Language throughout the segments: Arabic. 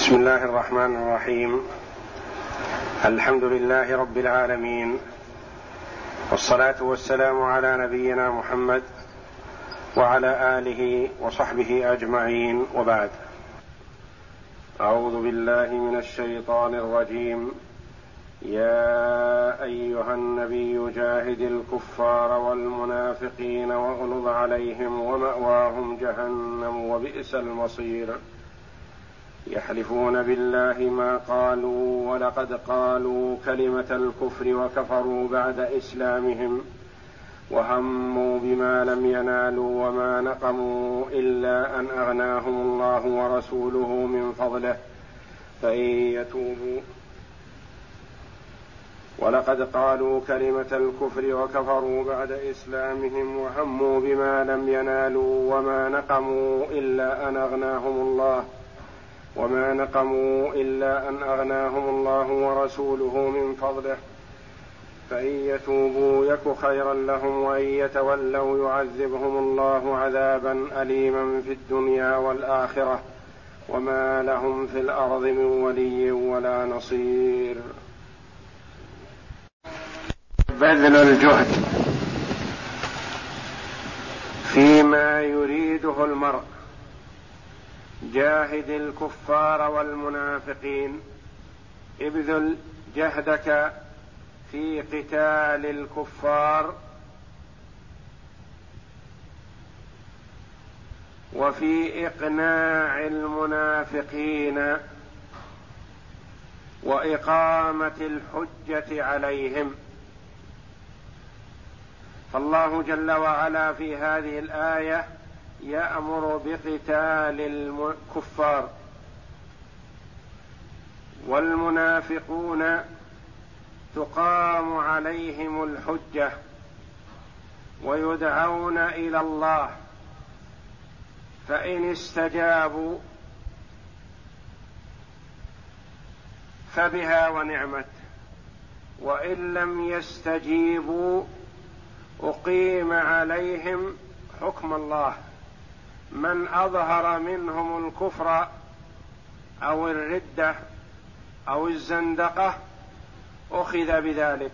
بسم الله الرحمن الرحيم. الحمد لله رب العالمين، والصلاة والسلام على نبينا محمد وعلى آله وصحبه أجمعين، وبعد. أعوذ بالله من الشيطان الرجيم. يا أيها النبي جاهد الكفار والمنافقين واغلظ عليهم ومأواهم جهنم وبئس المصير. يحلفون بالله ما قالوا ولقد قالوا كلمة الكفر وكفروا بعد إسلامهم وهموا بما لم ينالوا وما نقموا إلا أن أغناهم الله ورسوله من فضله فإن يتوبوا ولقد قالوا كلمة الكفر وكفروا بعد إسلامهم وهموا بما لم ينالوا وما نقموا إلا أن أغناهم الله ورسوله من فضله فإن يتوبوا يك خيرا لهم وإن يتولوا يعذبهم الله عذابا أليما في الدنيا والآخرة وما لهم في الأرض من ولي ولا نصير. بذل الجهد فيما يريده المرء. جاهد الكفار والمنافقين، ابذل جهدك في قتال الكفار وفي إقناع المنافقين وإقامة الحجة عليهم. فالله جل وعلا في هذه الآية يأمر بقتال الكفار، والمنافقون تقام عليهم الحجة ويدعون إلى الله، فإن استجابوا فبها ونعمت، وإن لم يستجيبوا أقيم عليهم حكم الله. من أظهر منهم الكفر أو الردة أو الزندقة أخذ بذلك،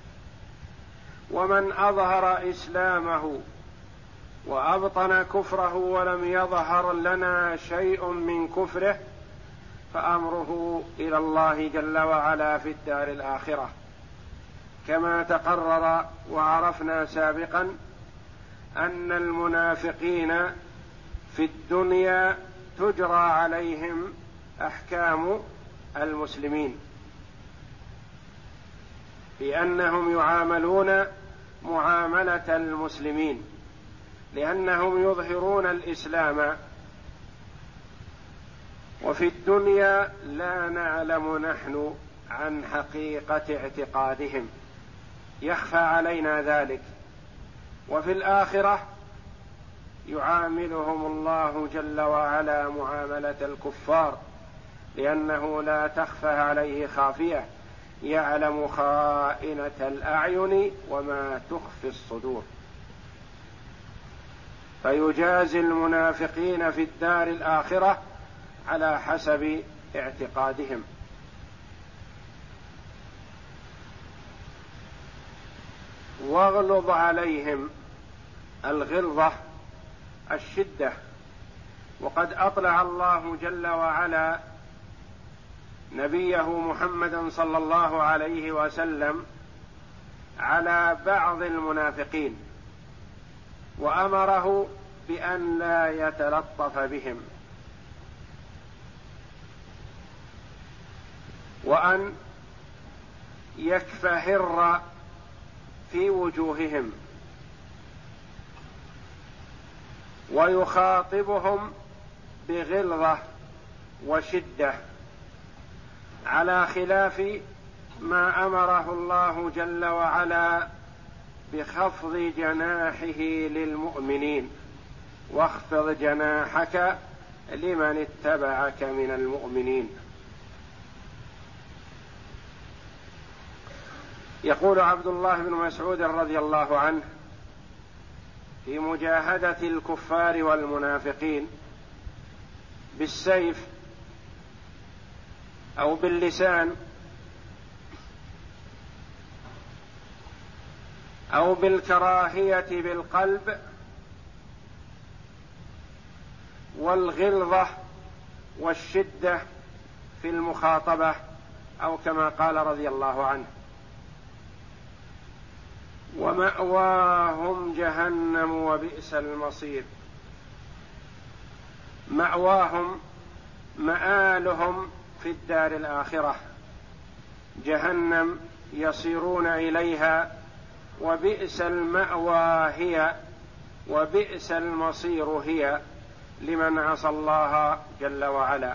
ومن أظهر إسلامه وأبطن كفره ولم يظهر لنا شيء من كفره فأمره إلى الله جل وعلا في الدار الآخرة، كما تقرر وعرفنا سابقا أن المنافقين في الدنيا تجرى عليهم أحكام المسلمين، بأنهم يعاملون معاملة المسلمين، لأنهم يظهرون الإسلام، وفي الدنيا لا نعلم نحن عن حقيقة اعتقادهم، يخفى علينا ذلك، وفي الآخرة يعاملهم الله جل وعلا معاملة الكفار، لأنه لا تخفى عليه خافية، يعلم خائنة الأعين وما تخفي الصدور، فيجازي المنافقين في الدار الآخرة على حسب اعتقادهم. واغلظ عليهم، الغلظة الشدة، وقد أطلع الله جل وعلا نبيه محمدا صلى الله عليه وسلم على بعض المنافقين وأمره بأن لا يتلطف بهم، وأن يكفهر في وجوههم ويخاطبهم بغلظة وشدة، على خلاف ما أمره الله جل وعلا بخفض جناحه للمؤمنين، واخفض جناحك لمن اتبعك من المؤمنين. يقول عبد الله بن مسعود رضي الله عنه في مجاهدة الكفار والمنافقين بالسيف أو باللسان أو بالكراهية بالقلب والغلظة والشدة في المخاطبة، أو كما قال رضي الله عنه: ومأواهم جهنم وبئس المصير. مأواهم مآلهم في الدار الآخرة جهنم يصيرون إليها، وبئس المأوى هي وبئس المصير هي لمن عصى الله جل وعلا.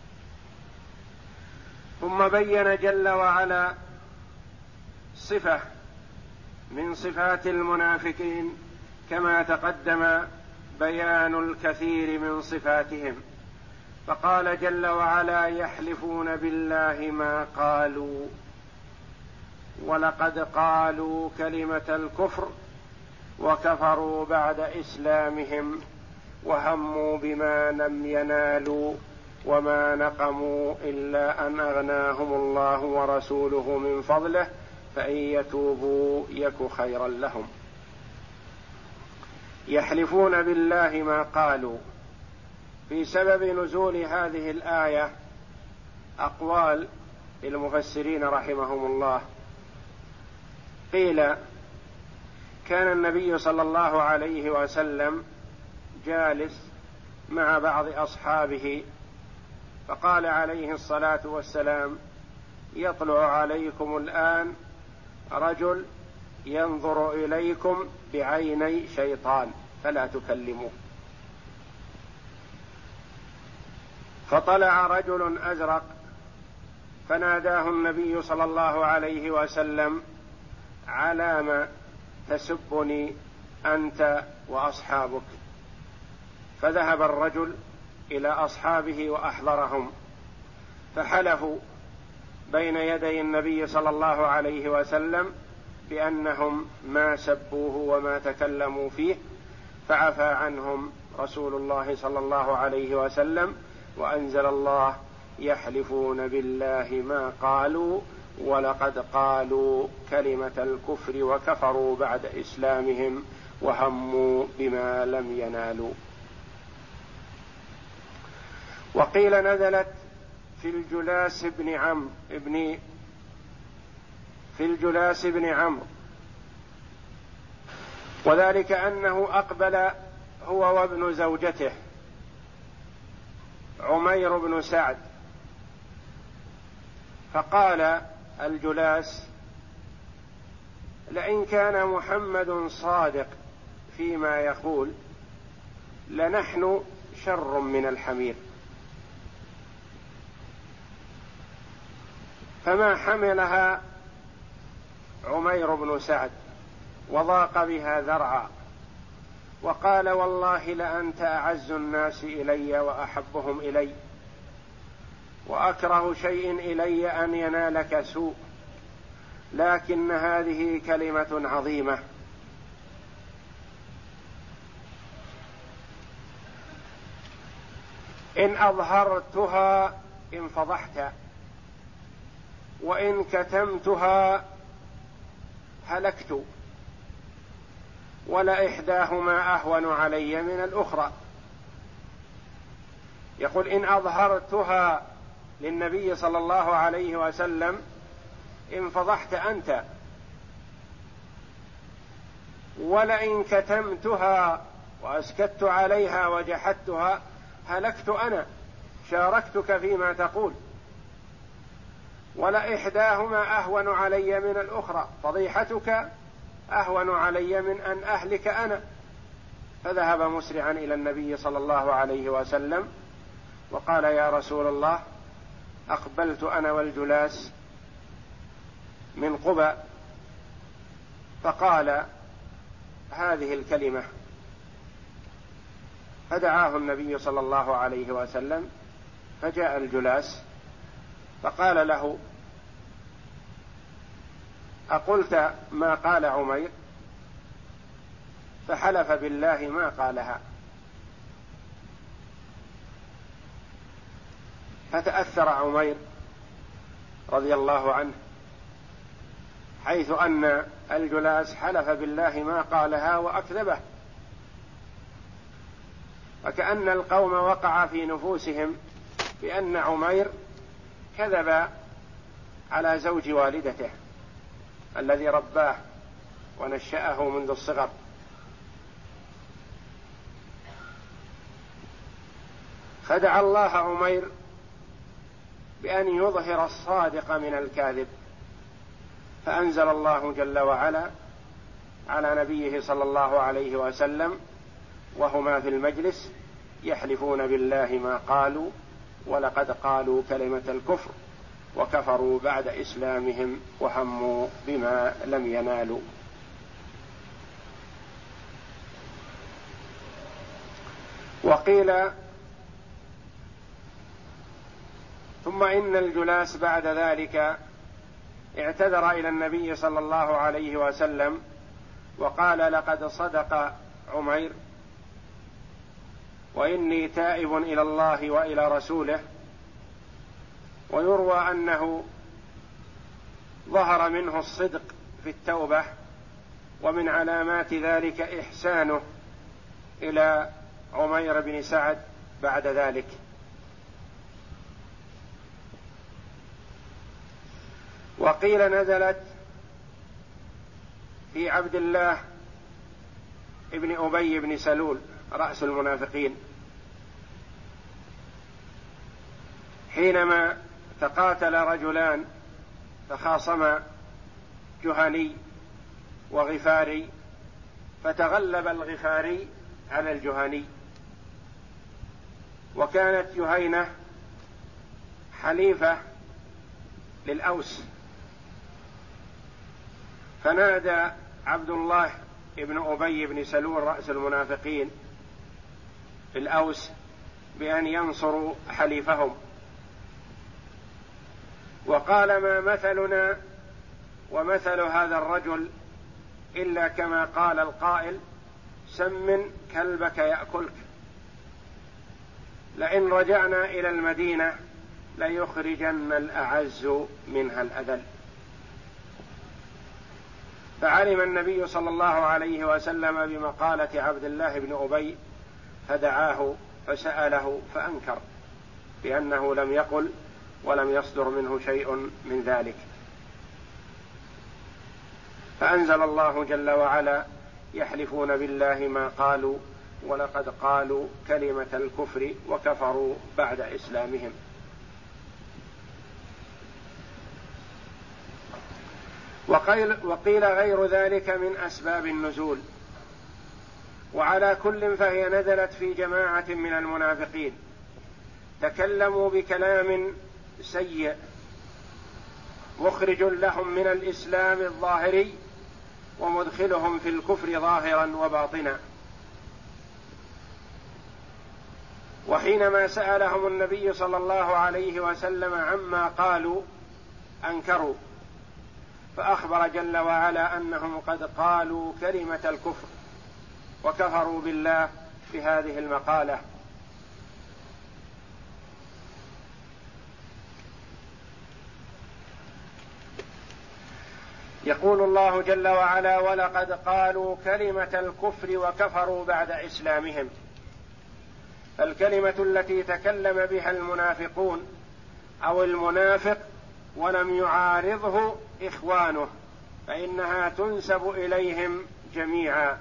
ثم بين جل وعلا صفة من صفات المنافقين كما تقدم بيان الكثير من صفاتهم، فقال جل وعلا: يحلفون بالله ما قالوا ولقد قالوا كلمة الكفر وكفروا بعد إسلامهم وهموا بما لم ينالوا وما نقموا إلا أن أغناهم الله ورسوله من فضله فإن يتوبوا يك خيرا لهم. يحلفون بالله ما قالوا. في سبب نزول هذه الآية أقوال للمفسرين رحمهم الله. قيل: كان النبي صلى الله عليه وسلم جالس مع بعض أصحابه، فقال عليه الصلاة والسلام: يطلع عليكم الآن رجل ينظر إليكم بعيني شيطان فلا تكلموه. فطلع رجل أزرق فناداه النبي صلى الله عليه وسلم: على ما تسبني أنت وأصحابك؟ فذهب الرجل إلى أصحابه وأحضرهم، فحلفوا بين يدي النبي صلى الله عليه وسلم بأنهم ما سبوه وما تكلموا فيه، فعفى عنهم رسول الله صلى الله عليه وسلم، وأنزل الله: يحلفون بالله ما قالوا ولقد قالوا كلمة الكفر وكفروا بعد إسلامهم وهموا بما لم ينالوا. وقيل نزلت في الجلاس بن عمرو، وذلك أنه أقبل هو وابن زوجته عمير بن سعد، فقال الجلاس: لئن كان محمد صادق فيما يقول لنحن شر من الحمير. فما حملها عمير بن سعد وضاق بها ذرعا، وقال: والله لأنت أعز الناس إلي وأحبهم إلي، وأكره شيء إلي أن ينالك سوء، لكن هذه كلمة عظيمة. إن أظهرتها انفضحت، وإن كتمتها هلكت، ولإحداهما أهون علي من الأخرى. يقول: إن أظهرتها للنبي صلى الله عليه وسلم انفضحت أنت، ولئن كتمتها وأسكت عليها وجحدتها هلكت أنا، شاركتك فيما تقول. ولإحداهما أهون علي من الأخرى، فضيحتك أهون علي من أن أهلك أنا. فذهب مسرعا إلى النبي صلى الله عليه وسلم وقال: يا رسول الله، أقبلت أنا والجلاس من قبى، فقال هذه الكلمة. فدعاه النبي صلى الله عليه وسلم، فجاء الجلاس فقال له: أقلت ما قال عمير؟ فحلف بالله ما قالها. فتأثر عمير رضي الله عنه، حيث أن الجلاس حلف بالله ما قالها وأكذبه، فكأن القوم وقع في نفوسهم بأن عمير كذب على زوج والدته الذي رباه ونشأه منذ الصغر. خدع الله عمير بأن يظهر الصادق من الكاذب، فأنزل الله جل وعلا على نبيه صلى الله عليه وسلم وهما في المجلس يحلفون بالله ما قالوا ولقد قالوا كلمة الكفر وكفروا بعد إسلامهم وهموا بما لم ينالوا. وقيل ثم إن الجلاس بعد ذلك اعتذر إلى النبي صلى الله عليه وسلم وقال لقد صدق عمير وإني تائب إلى الله وإلى رسوله. ويروى أنه ظهر منه الصدق في التوبة، ومن علامات ذلك إحسانه إلى عمير بن سعد بعد ذلك. وقيل نزلت في عبد الله ابن أبي بن سلول رأس المنافقين، حينما تقاتل رجلان تخاصما جهني وغفاري، فتغلب الغفاري على الجهني، وكانت جهينة حليفة للأوس، فنادى عبد الله ابن أبي بن سلول رأس المنافقين في الأوس بأن ينصروا حليفهم، وقال ما مثلنا ومثل هذا الرجل إلا كما قال القائل سمن كلبك يأكلك، لئن رجعنا إلى المدينة ليخرجن الأعز منها الأذل. فعلم النبي صلى الله عليه وسلم بمقالة عبد الله بن أبي، فدعاه فسأله فأنكر بأنه لم يقل ولم يصدر منه شيء من ذلك. فأنزل الله جل وعلا يحلفون بالله ما قالوا ولقد قالوا كلمة الكفر وكفروا بعد إسلامهم. وقيل غير ذلك من أسباب النزول، وعلى كل فهي نزلت في جماعة من المنافقين تكلموا بكلام سيء مخرج لهم من الإسلام الظاهري ومدخلهم في الكفر ظاهرا وباطنا. وحينما سألهم النبي صلى الله عليه وسلم عما قالوا أنكروا، فأخبر جل وعلا أنهم قد قالوا كلمة الكفر وكفروا بالله بهذه المقالة. يقول الله جل وعلا ولقد قالوا كلمة الكفر وكفروا بعد إسلامهم. الكلمة التي تكلم بها المنافقون أو المنافق ولم يعارضه إخوانه فإنها تنسب إليهم جميعا،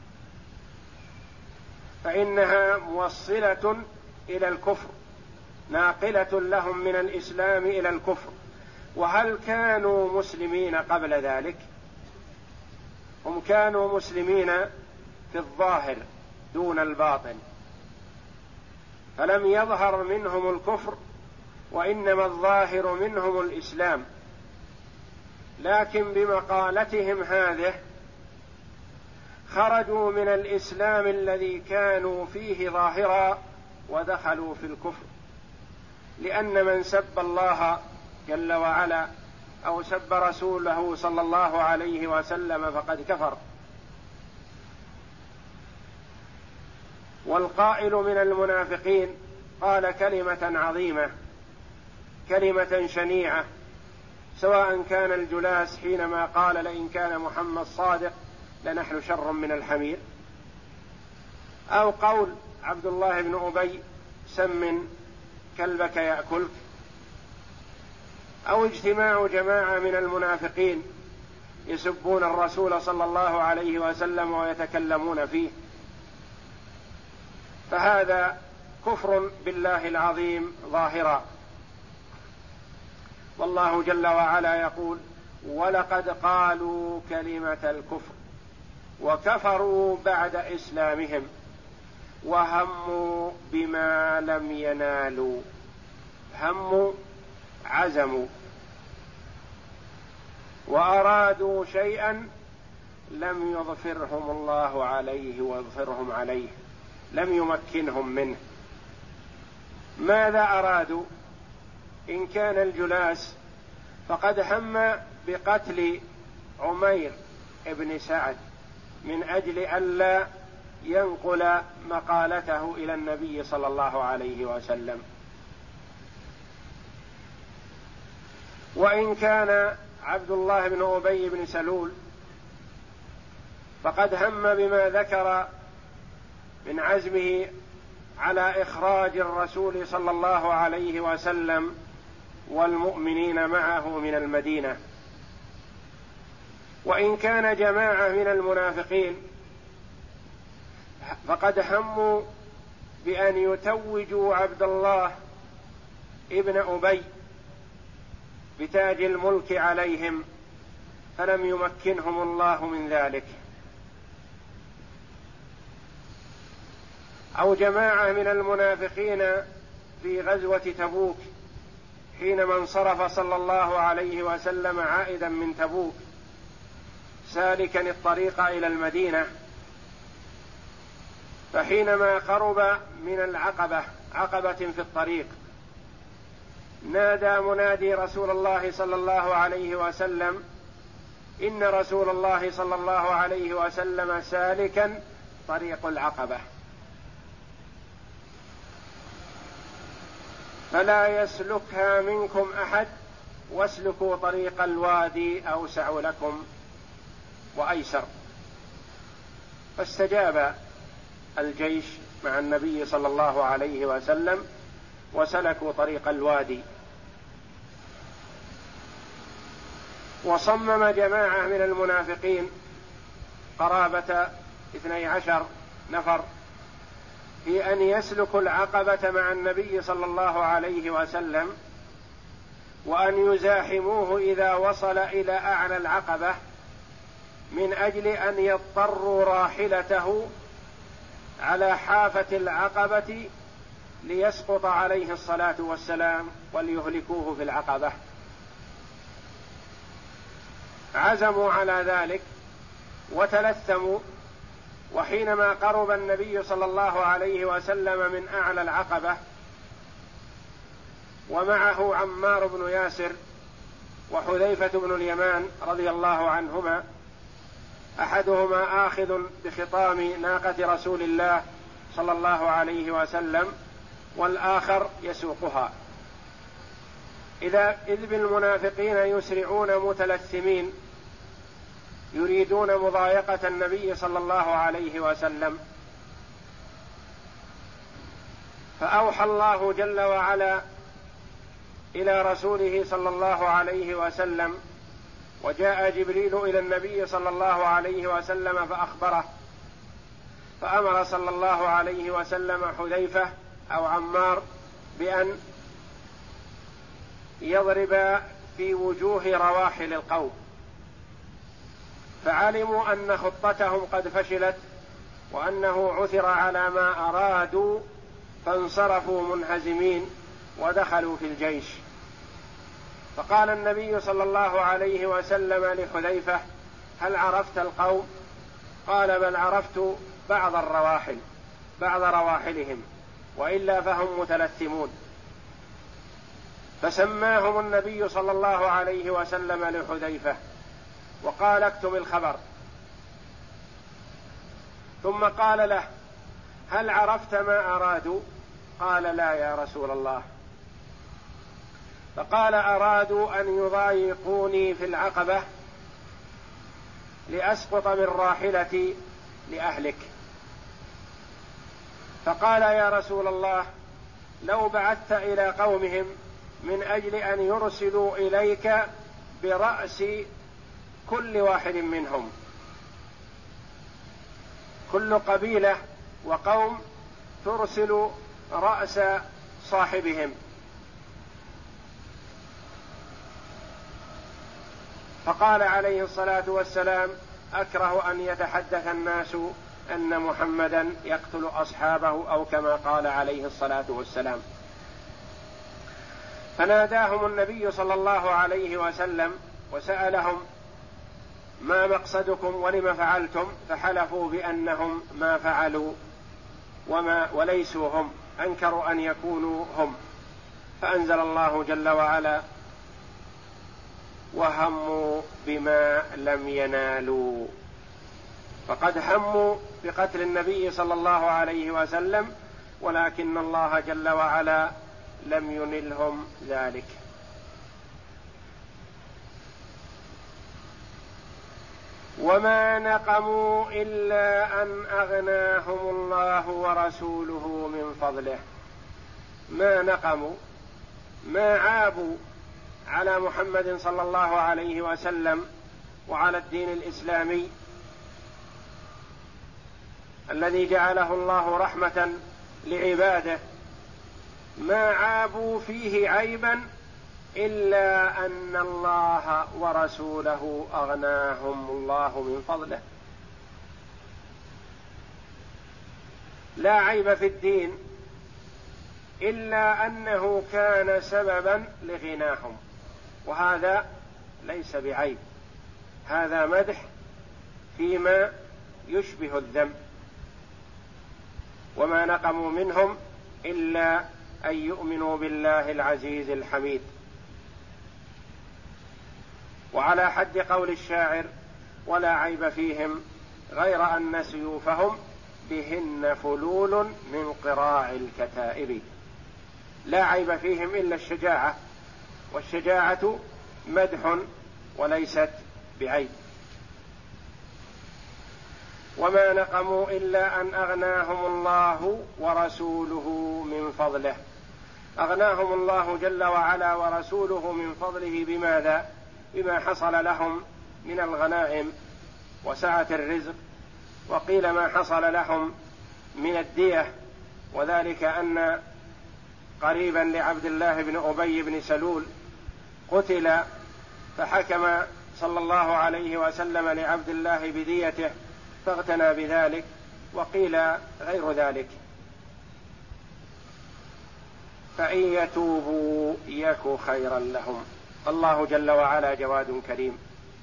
فإنها موصلة إلى الكفر، ناقلة لهم من الإسلام إلى الكفر. وهل كانوا مسلمين قبل ذلك؟ هم كانوا مسلمين في الظاهر دون الباطن، فلم يظهر منهم الكفر وإنما الظاهر منهم الإسلام، لكن بمقالتهم هذه خرجوا من الإسلام الذي كانوا فيه ظاهرا ودخلوا في الكفر، لأن من سب الله جل وعلا أو سب رسوله صلى الله عليه وسلم فقد كفر. والقائل من المنافقين قال كلمة عظيمة، كلمة شنيعة سواء كان الجلاس حينما قال لئن كان محمد صادق لنحن شر من الحمير، أو قول عبد الله بن أبي سمن كلبك يأكلك، أو اجتماع جماعة من المنافقين يسبون الرسول صلى الله عليه وسلم ويتكلمون فيه، فهذا كفر بالله العظيم ظاهرا. والله جل وعلا يقول ولقد قالوا كلمة الكفر وكفروا بعد إسلامهم وهموا بما لم ينالوا. هموا عزموا، وأرادوا شيئا لم يظفرهم الله عليه ويظفرهم عليه، لم يمكنهم منه. ماذا أرادوا؟ إن كان الجلاس فقد هم بقتل عمير بن سعد من أجل ألا ينقل مقالته إلى النبي صلى الله عليه وسلم. وإن كان عبد الله بن أبي بن سلول فقد هم بما ذكر من عزمه على إخراج الرسول صلى الله عليه وسلم والمؤمنين معه من المدينة. وإن كان جماعة من المنافقين فقد هموا بأن يتوجوا عبد الله ابن أبي بتاج الملك عليهم، فلم يمكنهم الله من ذلك. أو جماعة من المنافقين في غزوة تبوك حينما انصرف صلى الله عليه وسلم عائدا من تبوك سالكا الطريق إلى المدينة، فحينما قرب من العقبة، عقبة في الطريق، نادى منادي رسول الله صلى الله عليه وسلم إن رسول الله صلى الله عليه وسلم سالكا طريق العقبة فلا يسلكها منكم أحد واسلكوا طريق الوادي أوسع لكم وأيسر. فاستجاب الجيش مع النبي صلى الله عليه وسلم وسلكوا طريق الوادي. وصمم جماعة من المنافقين قرابة 12 نفر في أن يسلكوا العقبة مع النبي صلى الله عليه وسلم، وأن يزاحموه إذا وصل إلى أعلى العقبة، من أجل أن يضطروا راحلته على حافة العقبة ليسقط عليه الصلاة والسلام وليهلكوه في العقبة. عزموا على ذلك وتلثموا، وحينما قرب النبي صلى الله عليه وسلم من أعلى العقبة ومعه عمار بن ياسر وحذيفة بن اليمان رضي الله عنهما، أحدهما آخذ بخطام ناقة رسول الله صلى الله عليه وسلم والآخر يسوقها، إذ بالمنافقين يسرعون متلثمين يريدون مضايقة النبي صلى الله عليه وسلم. فأوحى الله جل وعلا إلى رسوله صلى الله عليه وسلم، وجاء جبريل إلى النبي صلى الله عليه وسلم فأخبره، فأمر صلى الله عليه وسلم حذيفة أو عمار بأن يضرب في وجوه رواحل القوم، فعلموا أن خطتهم قد فشلت وأنه عثر على ما أرادوا، فانصرفوا منهزمين ودخلوا في الجيش. فقال النبي صلى الله عليه وسلم لحذيفة هل عرفت القوم؟ قال بل عرفت بعض الرواحل، بعض رواحلهم، وإلا فهم متلثمون. فسماهم النبي صلى الله عليه وسلم لحذيفة وقال اكتم الخبر، ثم قال له هل عرفت ما أرادوا؟ قال لا يا رسول الله. فقال: أرادوا أن يضايقوني في العقبة لأسقط من راحلتي لأهلك. فقال: يا رسول الله، لو بعثت إلى قومهم من أجل أن يرسلوا إليك برأس كل واحد منهم، كل قبيلة وقوم ترسل رأس صاحبهم. فقال عليه الصلاة والسلام: أكره أن يتحدث الناس أن محمدا يقتل أصحابه، أو كما قال عليه الصلاة والسلام. فناداهم النبي صلى الله عليه وسلم وسألهم: ما مقصدكم ولم فعلتم؟ فحلفوا بأنهم ما فعلوا وليسوا هم، أنكروا أن يكونوا هم. فأنزل الله جل وعلا: وهموا بما لم ينالوا. فقد هموا بقتل النبي صلى الله عليه وسلم، ولكن الله جل وعلا لم ينلهم ذلك. وما نقموا إلا أن أغناهم الله ورسوله من فضله. ما نقموا، ما عابوا على محمد صلى الله عليه وسلم وعلى الدين الإسلامي الذي جعله الله رحمة لعباده، ما عابوا فيه عيبا إلا أن الله ورسوله أغناهم الله من فضله. لا عيب في الدين إلا أنه كان سببا لغناهم، وهذا ليس بعيب، هذا مدح فيما يشبه الذم. وما نقموا منهم إلا أن يؤمنوا بالله العزيز الحميد. وعلى حد قول الشاعر: ولا عيب فيهم غير أن سيوفهم بهن فلول من قراع الكتائب. لا عيب فيهم إلا الشجاعة، والشجاعة مدح وليست بعيب. وما نقموا إلا أن أغناهم الله ورسوله من فضله. أغناهم الله جل وعلا ورسوله من فضله بماذا؟ بما حصل لهم من الغنائم وسعة الرزق، وقيل ما حصل لهم من الدية، وذلك أن قريبا لعبد الله بن أبي بن سلول قتل، فحكم صلى الله عليه وسلم لعبد الله بديته فاغتنى بذلك، وقيل غير ذلك. فإن يتوبوا يك خيرا لهم. الله جل وعلا جواد كريم،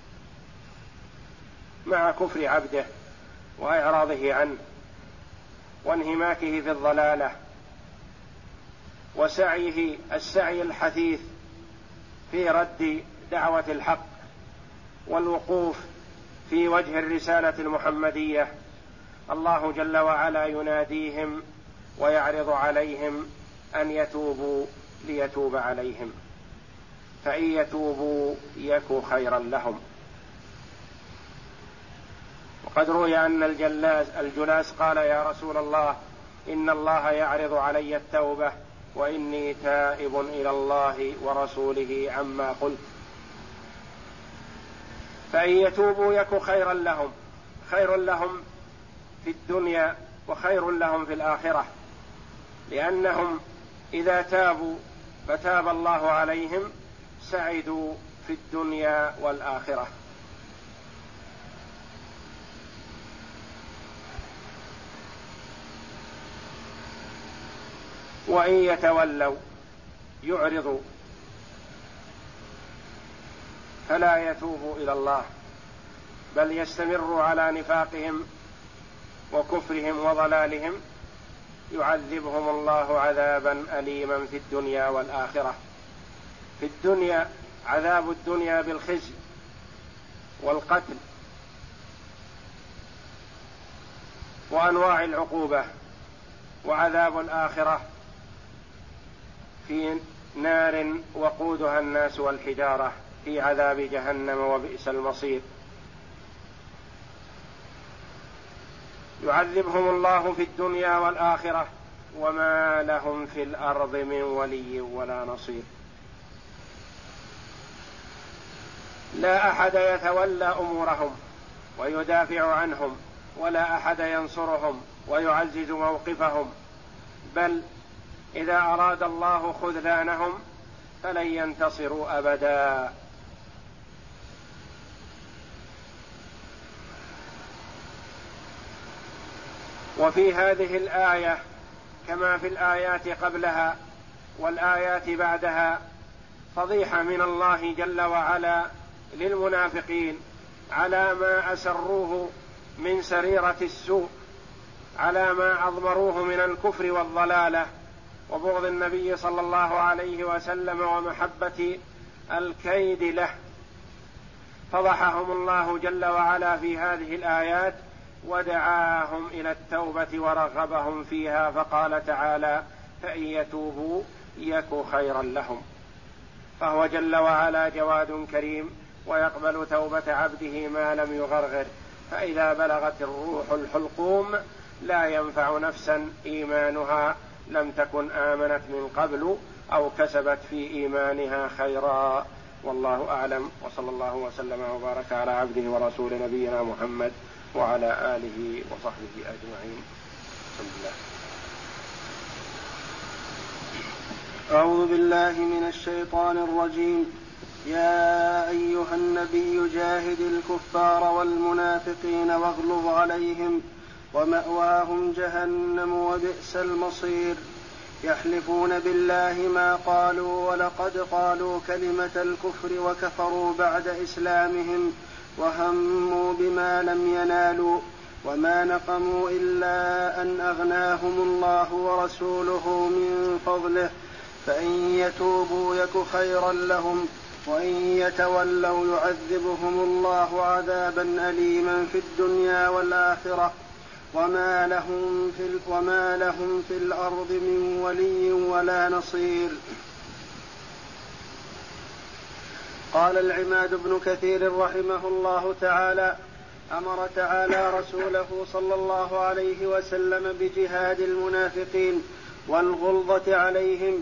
مع كفر عبده وإعراضه عنه وانهماكه في الضلالة وسعيه السعي الحثيث في رد دعوة الحق والوقوف في وجه الرسالة المحمدية، الله جل وعلا يناديهم ويعرض عليهم أن يتوبوا ليتوب عليهم. فإن يتوبوا يك خيرا لهم. وقد روي أن الجلاس قال: يا رسول الله، إن الله يعرض علي التوبة وإني تائب إلى الله ورسوله عما قلت. فإن يتوبوا يك خيرا لهم، خير لهم في الدنيا وخير لهم في الآخرة، لأنهم إذا تابوا فتاب الله عليهم سعدوا في الدنيا والآخرة. وإن يتولوا يعرضوا فلا يتوبوا إلى الله، بل يستمروا على نفاقهم وكفرهم وضلالهم، يعذبهم الله عذابا أليما في الدنيا والآخرة. في الدنيا عذاب الدنيا بالخزي والقتل وأنواع العقوبة، وعذاب الآخرة في نار وقودها الناس والحجارة في عذاب جهنم وبئس المصير. يعذبهم الله في الدنيا والآخرة وما لهم في الأرض من ولي ولا نصير. لا أحد يتولى أمورهم ويدافع عنهم، ولا أحد ينصرهم ويعزز موقفهم، بل إذا أراد الله خذلانهم فلن ينتصروا أبدا. وفي هذه الآية كما في الآيات قبلها والآيات بعدها فضيحة من الله جل وعلا للمنافقين على ما أسروه من سريرة السوء، على ما أضمروه من الكفر والضلالة وبغض النبي صلى الله عليه وسلم ومحبة الكيد له. فضحهم الله جل وعلا في هذه الآيات ودعاهم إلى التوبة ورغبهم فيها، فقال تعالى: فإن يتوبوا يك خيرا لهم. فهو جل وعلا جواد كريم ويقبل توبة عبده ما لم يغرغر، فإذا بلغت الروح الحلقوم لا ينفع نفسا إيمانها لم تكن آمنت من قبل أو كسبت في إيمانها خيرا. والله أعلم، وصلى الله وسلم وبارك على عبده ورسول نبينا محمد وعلى آله وصحبه أجمعين. الحمد لله. أعوذ بالله من الشيطان الرجيم. يا أيها النبي جاهد الكفار والمنافقين واغلظ عليهم ومأواهم جهنم وبئس المصير. يحلفون بالله ما قالوا ولقد قالوا كلمة الكفر وكفروا بعد إسلامهم وهموا بما لم ينالوا وما نقموا إلا أن أغناهم الله ورسوله من فضله فإن يتوبوا يك خيرا لهم وإن يتولوا يعذبهم الله عذابا أليما في الدنيا والآخرة وما لهم في الأرض من ولي ولا نصير. قال العماد بن كثير رحمه الله تعالى: أمر تعالى رسوله صلى الله عليه وسلم بجهاد المنافقين والغلظة عليهم.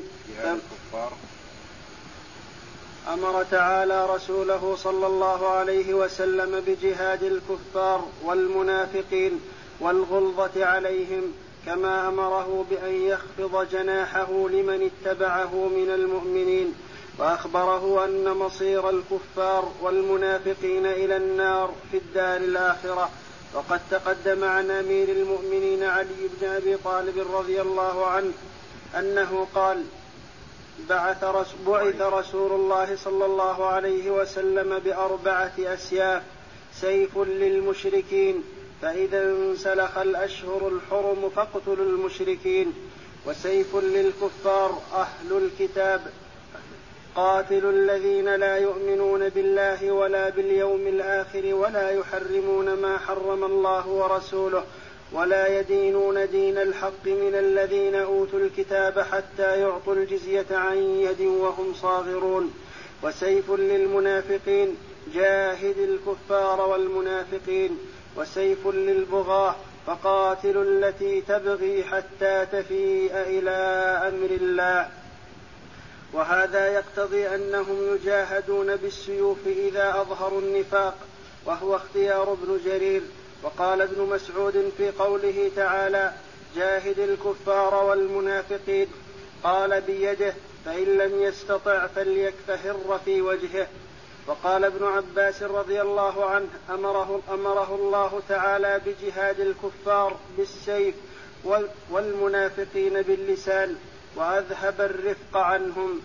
أمر تعالى رسوله صلى الله عليه وسلم بجهاد الكفار والمنافقين والغلظة عليهم، كما أمره بأن يخفض جناحه لمن اتبعه من المؤمنين، وأخبره أن مصير الكفار والمنافقين إلى النار في الدار الآخرة. وقد تقدم عن أمير المؤمنين علي بن أبي طالب رضي الله عنه أنه قال: بعث رسول الله صلى الله عليه وسلم ب4 أسياف: سيف للمشركين فإذا انسلخ الأشهر الحرم فاقتلوا المشركين، وسيف للكفار أهل الكتاب قاتلوا الذين لا يؤمنون بالله ولا باليوم الآخر ولا يحرمون ما حرم الله ورسوله ولا يدينون دين الحق من الذين أوتوا الكتاب حتى يعطوا الجزية عن يد وهم صاغرون. وسيف للمنافقين: جاهد الكفار والمنافقين. وسيف للبغاة: فقاتلوا التي تبغي حتى تفيء إلى أمر الله. وهذا يقتضي أنهم يجاهدون بالسيوف إذا أظهروا النفاق، وهو اختيار ابن جرير. وقال ابن مسعود في قوله تعالى: جاهد الكفار والمنافقين، قال: بيده، فإن لم يستطع فليكفهر في وجهه. وقال ابن عباس رضي الله عنه: أمره الله تعالى بجهاد الكفار بالسيف والمنافقين باللسان وأذهب الرفق عنهم.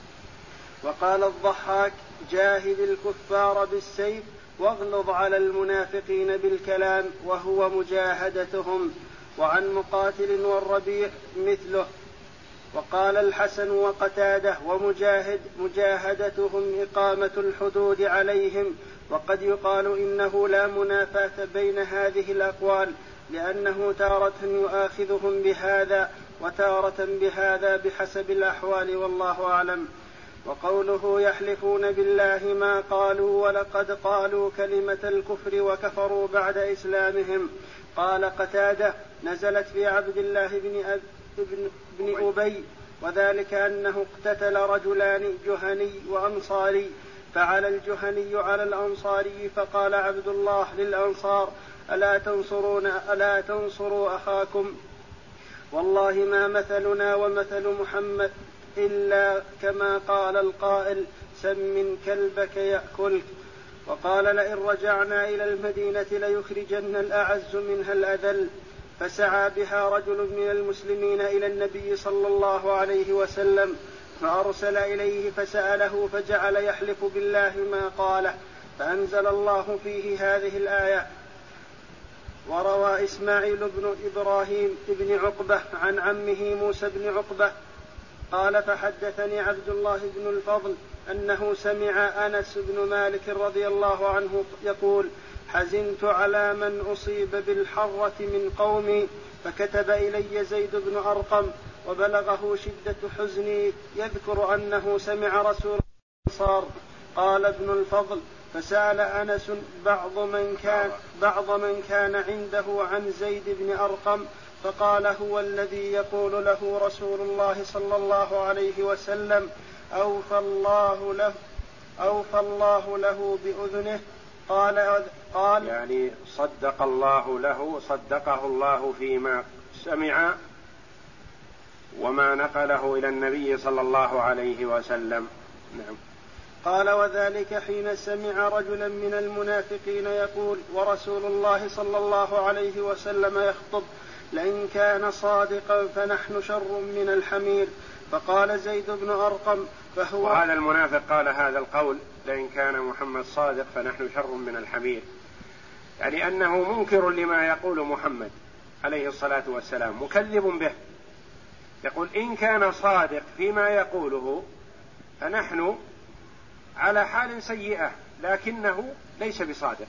وقال الضحاك: جاهد الكفار بالسيف واغلظ على المنافقين بالكلام، وهو مجاهدتهم. وعن مقاتل والربيع مثله. وقال الحسن وقتاده ومجاهد: مجاهدتهم إقامة الحدود عليهم. وقد يقال إنه لا منافاة بين هذه الأقوال، لأنه تارة يؤاخذهم بهذا وتارة بهذا بحسب الأحوال والله أعلم. وقوله يحلفون بالله ما قالوا ولقد قالوا كلمة الكفر وكفروا بعد إسلامهم. قال قتادة نزلت في عبد الله بن أبي، وذلك أنه اقتتل رجلان جهني وأنصاري، فعلى الجهني على الأنصاري، فقال عبد الله للأنصار ألا تنصروا أخاكم؟ والله ما مثلنا ومثل محمد إلا كما قال القائل سم كلبك يأكلك. وقال لئن رجعنا إلى المدينة ليخرجن الأعز منها الأذل. فسعى بها رجل من المسلمين إلى النبي صلى الله عليه وسلم، فأرسل إليه فسأله، فجعل يحلف بالله ما قاله، فأنزل الله فيه هذه الآية. وروى إسماعيل بن إبراهيم بن عقبة عن عمه موسى بن عقبة قال فحدثني عبد الله بن الفضل أنه سمع أنس بن مالك رضي الله عنه يقول حزنت على من أصيب بالحرة من قومي، فكتب إلي زيد بن أرقم وبلغه شدة حزني يذكر أنه سمع رسول الأنصار. قال ابن الفضل فسأل أنس بعض من كان عنده عن زيد بن أرقم، فقال هو الذي يقول له رسول الله صلى الله عليه وسلم أوفى الله له بأذنه. قال يعني صدقه الله فيما سمع وما نقله إلى النبي صلى الله عليه وسلم. نعم. قال وذلك حين سمع رجلا من المنافقين يقول ورسول الله صلى الله عليه وسلم يخطب لئن كان صادقا فنحن شر من الحمير. فقال زيد بن أرقم وهذا المنافق قال هذا القول لئن كان محمد صادق فنحن شر من الحمير، يعني أنه منكر لما يقول محمد عليه الصلاة والسلام، مكذب به. يقول إن كان صادق فيما يقوله فنحن على حال سيئة لكنه ليس بصادق.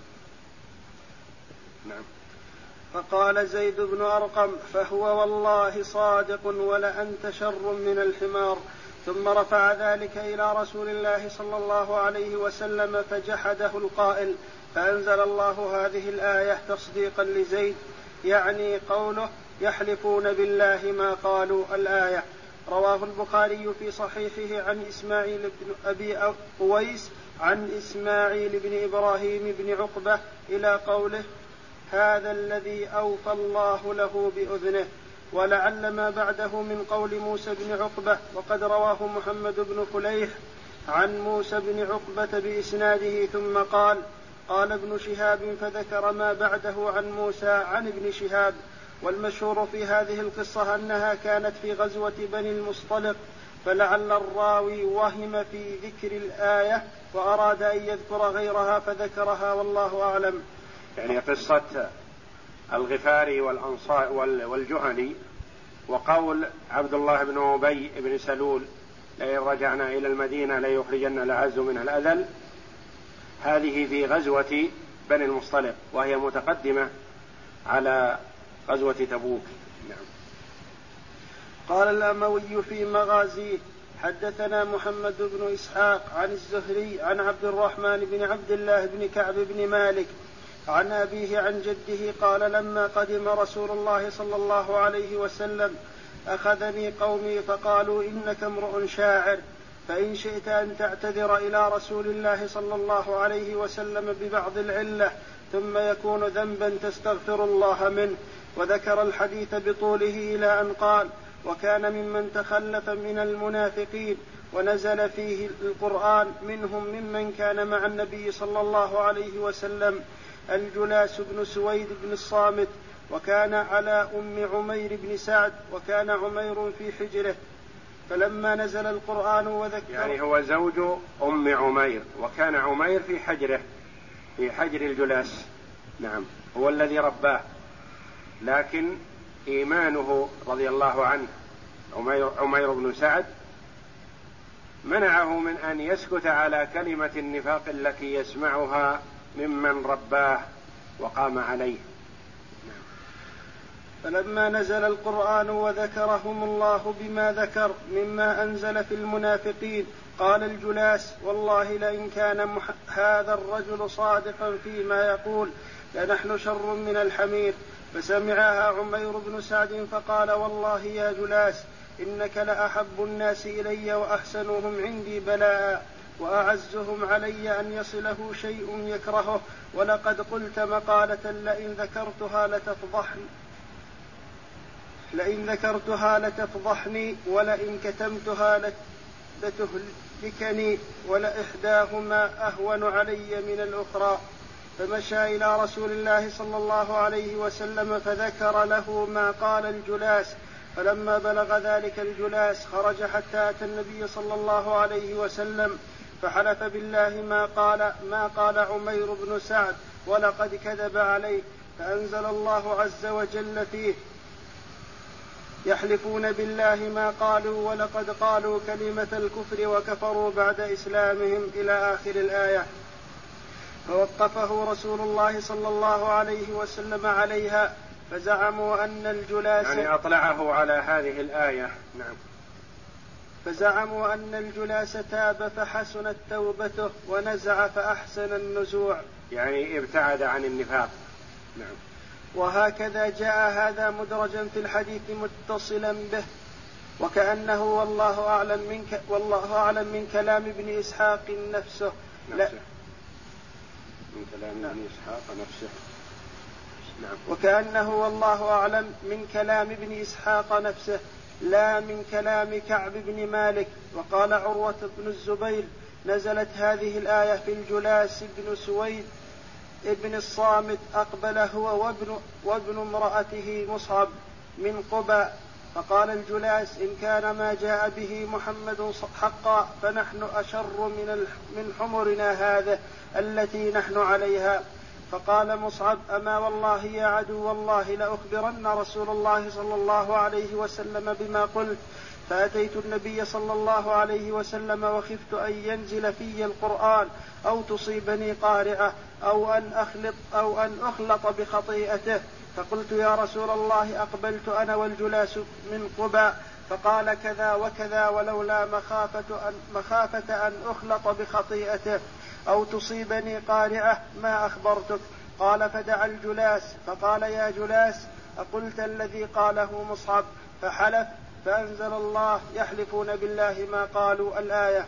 نعم. فقال زيد بن أرقم فهو والله صادق ولأنت شر من الحمار. ثم رفع ذلك إلى رسول الله صلى الله عليه وسلم فجحده القائل، فأنزل الله هذه الآية تصديقا لزيد، يعني قوله يحلفون بالله ما قالوا الآية. رواه البخاري في صحيحه عن إسماعيل بن أبي أويس عن إسماعيل بن إبراهيم بن عقبة إلى قوله هذا الذي أوفى الله له بأذنه، ولعل ما بعده من قول موسى بن عقبة. وقد رواه محمد بن فليح عن موسى بن عقبة بإسناده ثم قال ابن شهاب فذكر ما بعده عن موسى عن ابن شهاب. والمشهور في هذه القصة أنها كانت في غزوة بني المصطلق، فلعل الراوي وهم في ذكر الآية وأراد أن يذكر غيرها فذكرها والله أعلم. يعني قصة الغفاري والأنصار والجهني وقول عبد الله بن أبي بن سلول لئن رجعنا إلى المدينة ليخرجن الأعز منها الأذل، هذه في غزوة بني المصطلق وهي متقدمة على غزوة تبوك. نعم. قال الأموي في مغازيه حدثنا محمد بن إسحاق عن الزهري عن عبد الرحمن بن عبد الله بن كعب بن مالك عن أبيه عن جده قال لما قدم رسول الله صلى الله عليه وسلم أخذني قومي فقالوا إنك امرؤ شاعر، فإن شئت أن تعتذر إلى رسول الله صلى الله عليه وسلم ببعض العلة ثم يكون ذنبا تستغفر الله منه. وذكر الحديث بطوله إلى أن قال وكان ممن تخلف من المنافقين ونزل فيه القرآن منهم ممن كان مع النبي صلى الله عليه وسلم الجلاس بن سويد بن الصامت، وكان على أم عمير بن سعد، وكان عمير في حجره. فلما نزل القرآن وذكر يعني هو زوج أم عمير، وكان عمير في حجره في حجر الجلاس. نعم. هو الذي رباه، لكن إيمانه رضي الله عنه عمير بن سعد منعه من أن يسكت على كلمة النفاق التي يسمعها ممن رباه وقام عليه. فلما نزل القرآن وذكرهم الله بما ذكر مما أنزل في المنافقين قال الجلاس: والله لئن كان هذا الرجل صادقا فيما يقول لنحن شر من الحمير. فسمعها عمير بن سعد فقال: والله يا جلاس إنك لأحب الناس إلي وأحسنهم عندي بلاء وأعزهم علي أن يصله شيء يكرهه، ولقد قلت مقالة لئن ذكرتها لتفضحني ولئن كتمتها لتهلكني ولإحداهما أهون علي من الأخرى. فمشى إلى رسول الله صلى الله عليه وسلم فذكر له ما قال الجلاس. فلما بلغ ذلك الجلاس خرج حتى أتى النبي صلى الله عليه وسلم فحلف بالله ما قال عمير بن سعد ولقد كذب عليه. فأنزل الله عز وجل فيه: يحلفون بالله ما قالوا ولقد قالوا كلمة الكفر وكفروا بعد إسلامهم إلى آخر الآية. فوقفه رسول الله صلى الله عليه وسلم عليها فزعموا أن الجلاس يعني أطلعه على هذه الآية. نعم. فزعموا أن الجلاس تاب فحسنت توبته ونزع فأحسن النزوع، يعني ابتعد عن النفاق. نعم. وهكذا جاء هذا مدرجا في الحديث متصلا به، وكأنه والله أعلم من كلام ابن إسحاق نفسه. من كلام ابن إسحاق نفسه. نعم. وكأنه والله أعلم من كلام ابن إسحاق نفسه لا من كلام كعب بن مالك. وقال عروة بن الزبير: نزلت هذه الآية في الجلاس بن سويد ابن الصامت، أقبل هو وابن امرأته مصعب من قباء. فقال الجلاس: إن كان ما جاء به محمد حقا فنحن أشر من حمرنا هذا التي نحن عليها. فقال مصعب: أما والله يا عدو الله لأخبرن رسول الله صلى الله عليه وسلم بما قلت. فأتيت النبي صلى الله عليه وسلم وخفت أن ينزل في القرآن أو تصيبني قارعة أو أن أخلط بخطيئته. فقلت: يا رسول الله أقبلت أنا والجلاس من قباء فقال كذا وكذا، ولولا مخافة أن أخلط بخطيئته أو تصيبني قارعة ما أخبرتك. قال: فدعا الجلاس فقال: يا جلاس أقلت الذي قاله مصعب؟ فحلف. فأنزل الله: يحلفون بالله ما قالوا الآية.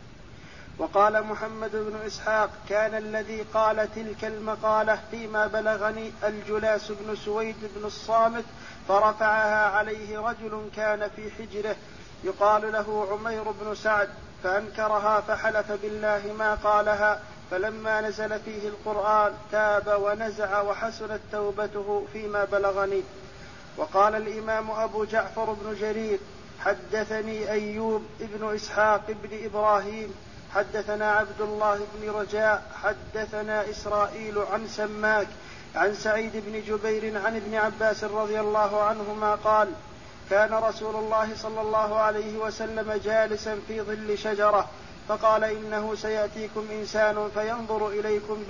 وقال محمد بن إسحاق: كان الذي قال تلك المقالة فيما بلغني الجلاس بن سويد بن الصامت، فرفعها عليه رجل كان في حجره يقال له عمير بن سعد فأنكرها فحلف بالله ما قالها. فلما نزل فيه القرآن تاب ونزع وحسنت توبته فيما بلغني. وقال الإمام أبو جعفر بن جرير: حدثني أيوب ابن إسحاق بن إبراهيم حدثنا عبد الله بن رجاء حدثنا إسرائيل عن سماك عن سعيد بن جبير عن ابن عباس رضي الله عنهما قال: كان رسول الله صلى الله عليه وسلم جالسا في ظل شجرة فقال: إنه سيأتيكم إنسان فينظر إليكم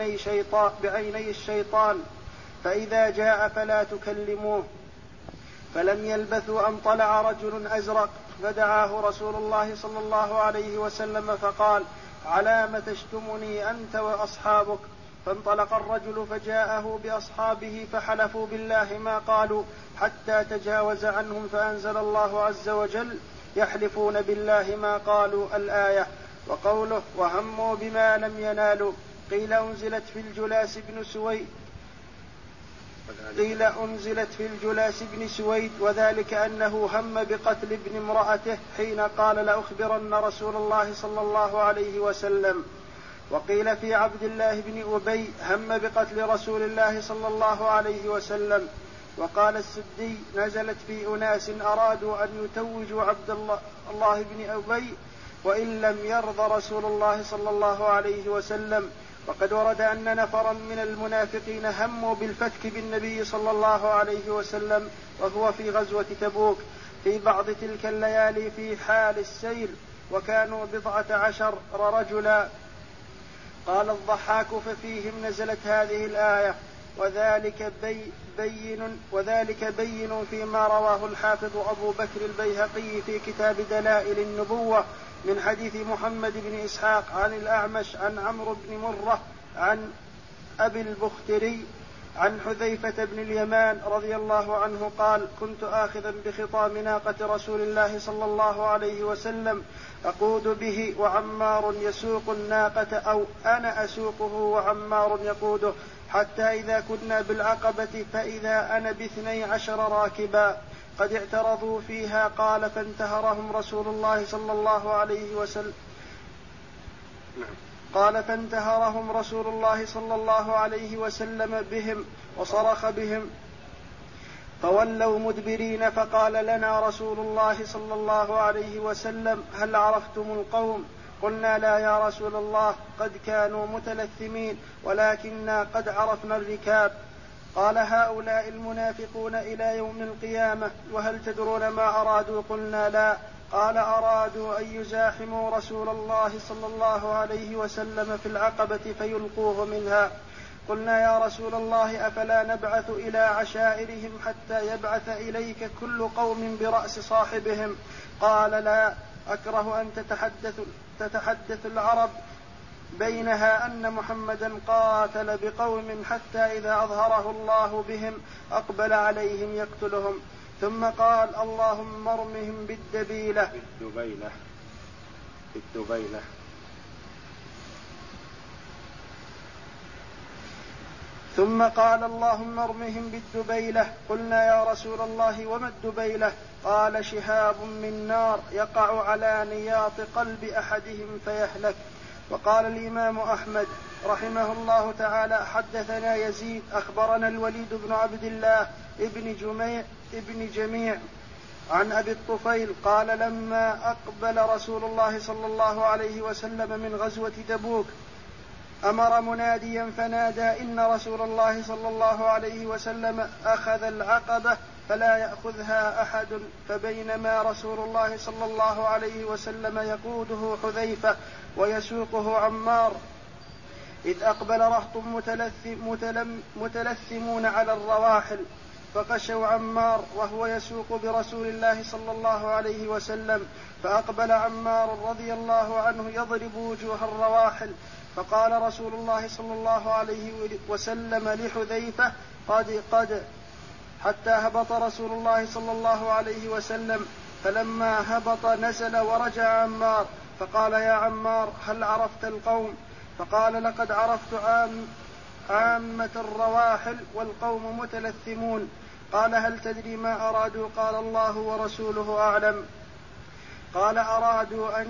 بعيني الشيطان، فإذا جاء فلا تكلموه. فلم يلبثوا أن طلع رجل أزرق فدعاه رسول الله صلى الله عليه وسلم فقال: علام تشتمني أنت وأصحابك؟ فانطلق الرجل فجاءه بأصحابه فحلفوا بالله ما قالوا حتى تجاوز عنهم، فأنزل الله عز وجل: يحلفون بالله ما قالوا الآية. وقوله: وهموا بما لم ينالوا، قيل أنزلت في الجلاس بن سويد وذلك أنه هم بقتل ابن امرأته حين قال: لأخبرن رسول الله صلى الله عليه وسلم. وقيل في عبد الله بن أبي هم بقتل رسول الله صلى الله عليه وسلم. وقال السدي: نزلت في أناس أرادوا أن يتوجوا عبد الله بن أبي وإن لم يرضى رسول الله صلى الله عليه وسلم. وقد ورد أن نفرا من المنافقين هموا بالفتك بالنبي صلى الله عليه وسلم وهو في غزوة تبوك في بعض تلك الليالي في حال السير، وكانوا 12 رجلا. قال الضحاك: ففيهم نزلت هذه الآية: وذلك بين فيما رواه الحافظ أبو بكر البيهقي في كتاب دلائل النبوة من حديث محمد بن إسحاق عن الأعمش عن عمرو بن مرة عن أبي البختري عن حذيفة بن اليمان رضي الله عنه قال: كنت آخذا بخطام ناقة رسول الله صلى الله عليه وسلم أقود به وعمار يسوق الناقة، أو أنا أسوقه وعمار يقوده، حتى إذا كنا بالعقبة فإذا أنا ب12 راكبا قد اعترضوا فيها. قال: فانتهرهم رسول الله صلى الله عليه وسلم بهم وصرخ بهم فولوا مدبرين، فقال لنا رسول الله صلى الله عليه وسلم: هل عرفتم القوم؟ قلنا: لا يا رسول الله، قد كانوا متلثمين ولكننا قد عرفنا الركاب. قال: هؤلاء المنافقون إلى يوم القيامة، وهل تدرون ما أرادوا؟ قلنا: لا. قال: أرادوا أن يزاحموا رسول الله صلى الله عليه وسلم في العقبة فيلقوه منها. قلنا: يا رسول الله، أفلا نبعث إلى عشائرهم حتى يبعث إليك كل قوم برأس صاحبهم؟ قال: لا، أكره أن تتحدث العرب بينها أن محمدا قاتل بقوم حتى إذا أظهره الله بهم أقبل عليهم يقتلهم. ثم قال: اللهم ارمهم بالدبيلة. ثم قال: اللهم ارمهم بالدبيلة. قلنا: يا رسول الله، وما الدبيلة؟ قال: شهاب من نار يقع على نياط قلب أحدهم فيهلك. وقال الإمام أحمد رحمه الله تعالى: حدثنا يزيد أخبرنا الوليد بن عبد الله ابن جميع عن أبي الطفيل قال: لما أقبل رسول الله صلى الله عليه وسلم من غزوة تبوك أمر مناديا فنادى: إن رسول الله صلى الله عليه وسلم أخذ العقبة فلا يأخذها أحد. فبينما رسول الله صلى الله عليه وسلم يقوده حذيفة ويسوقه عمار، إذ أقبل رهط متلثمون على الرواحل، فغشوا عمار وهو يسوق برسول الله صلى الله عليه وسلم، فأقبل عمار رضي الله عنه يضرب وجوه الرواحل، فقال رسول الله صلى الله عليه وسلم لحذيفة: قد حتى هبط رسول الله صلى الله عليه وسلم، فلما هبط نزل ورجع عمار، فقال: يا عمار، هل عرفت القوم؟ فقال: لقد عرفت عامة الرواحل والقوم متلثمون. قال: هل تدري ما أرادوا؟ قال: الله ورسوله أعلم. قال: أرادوا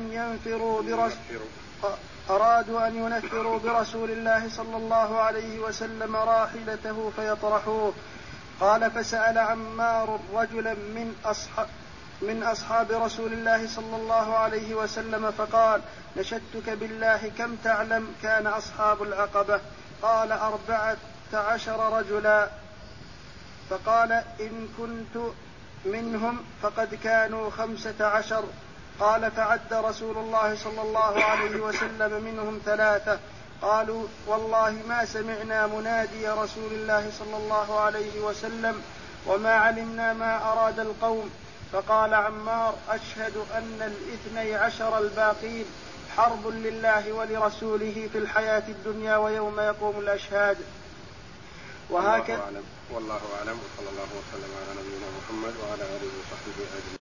أن ينفروا برسول الله صلى الله عليه وسلم راحلته فيطرحوه. قال: فسأل عمار رجلا من أصحاب رسول الله صلى الله عليه وسلم فقال: نشدتك بالله، كم تعلم كان أصحاب العقبة؟ قال: 14 رجلا. فقال: إن كنت منهم فقد كانوا 15. قال: فعد رسول الله صلى الله عليه وسلم منهم 3. قالوا: والله ما سمعنا منادي رسول الله صلى الله عليه وسلم وما علمنا ما أراد القوم. فقال عمار: أشهد أن 12 الباقين حرب لله ولرسوله في الحياة الدنيا ويوم يقوم الأشهاد. وهكذا والله أعلم، وصلى الله وسلم على نبينا محمد وعلى آله وصحبه أجمعين.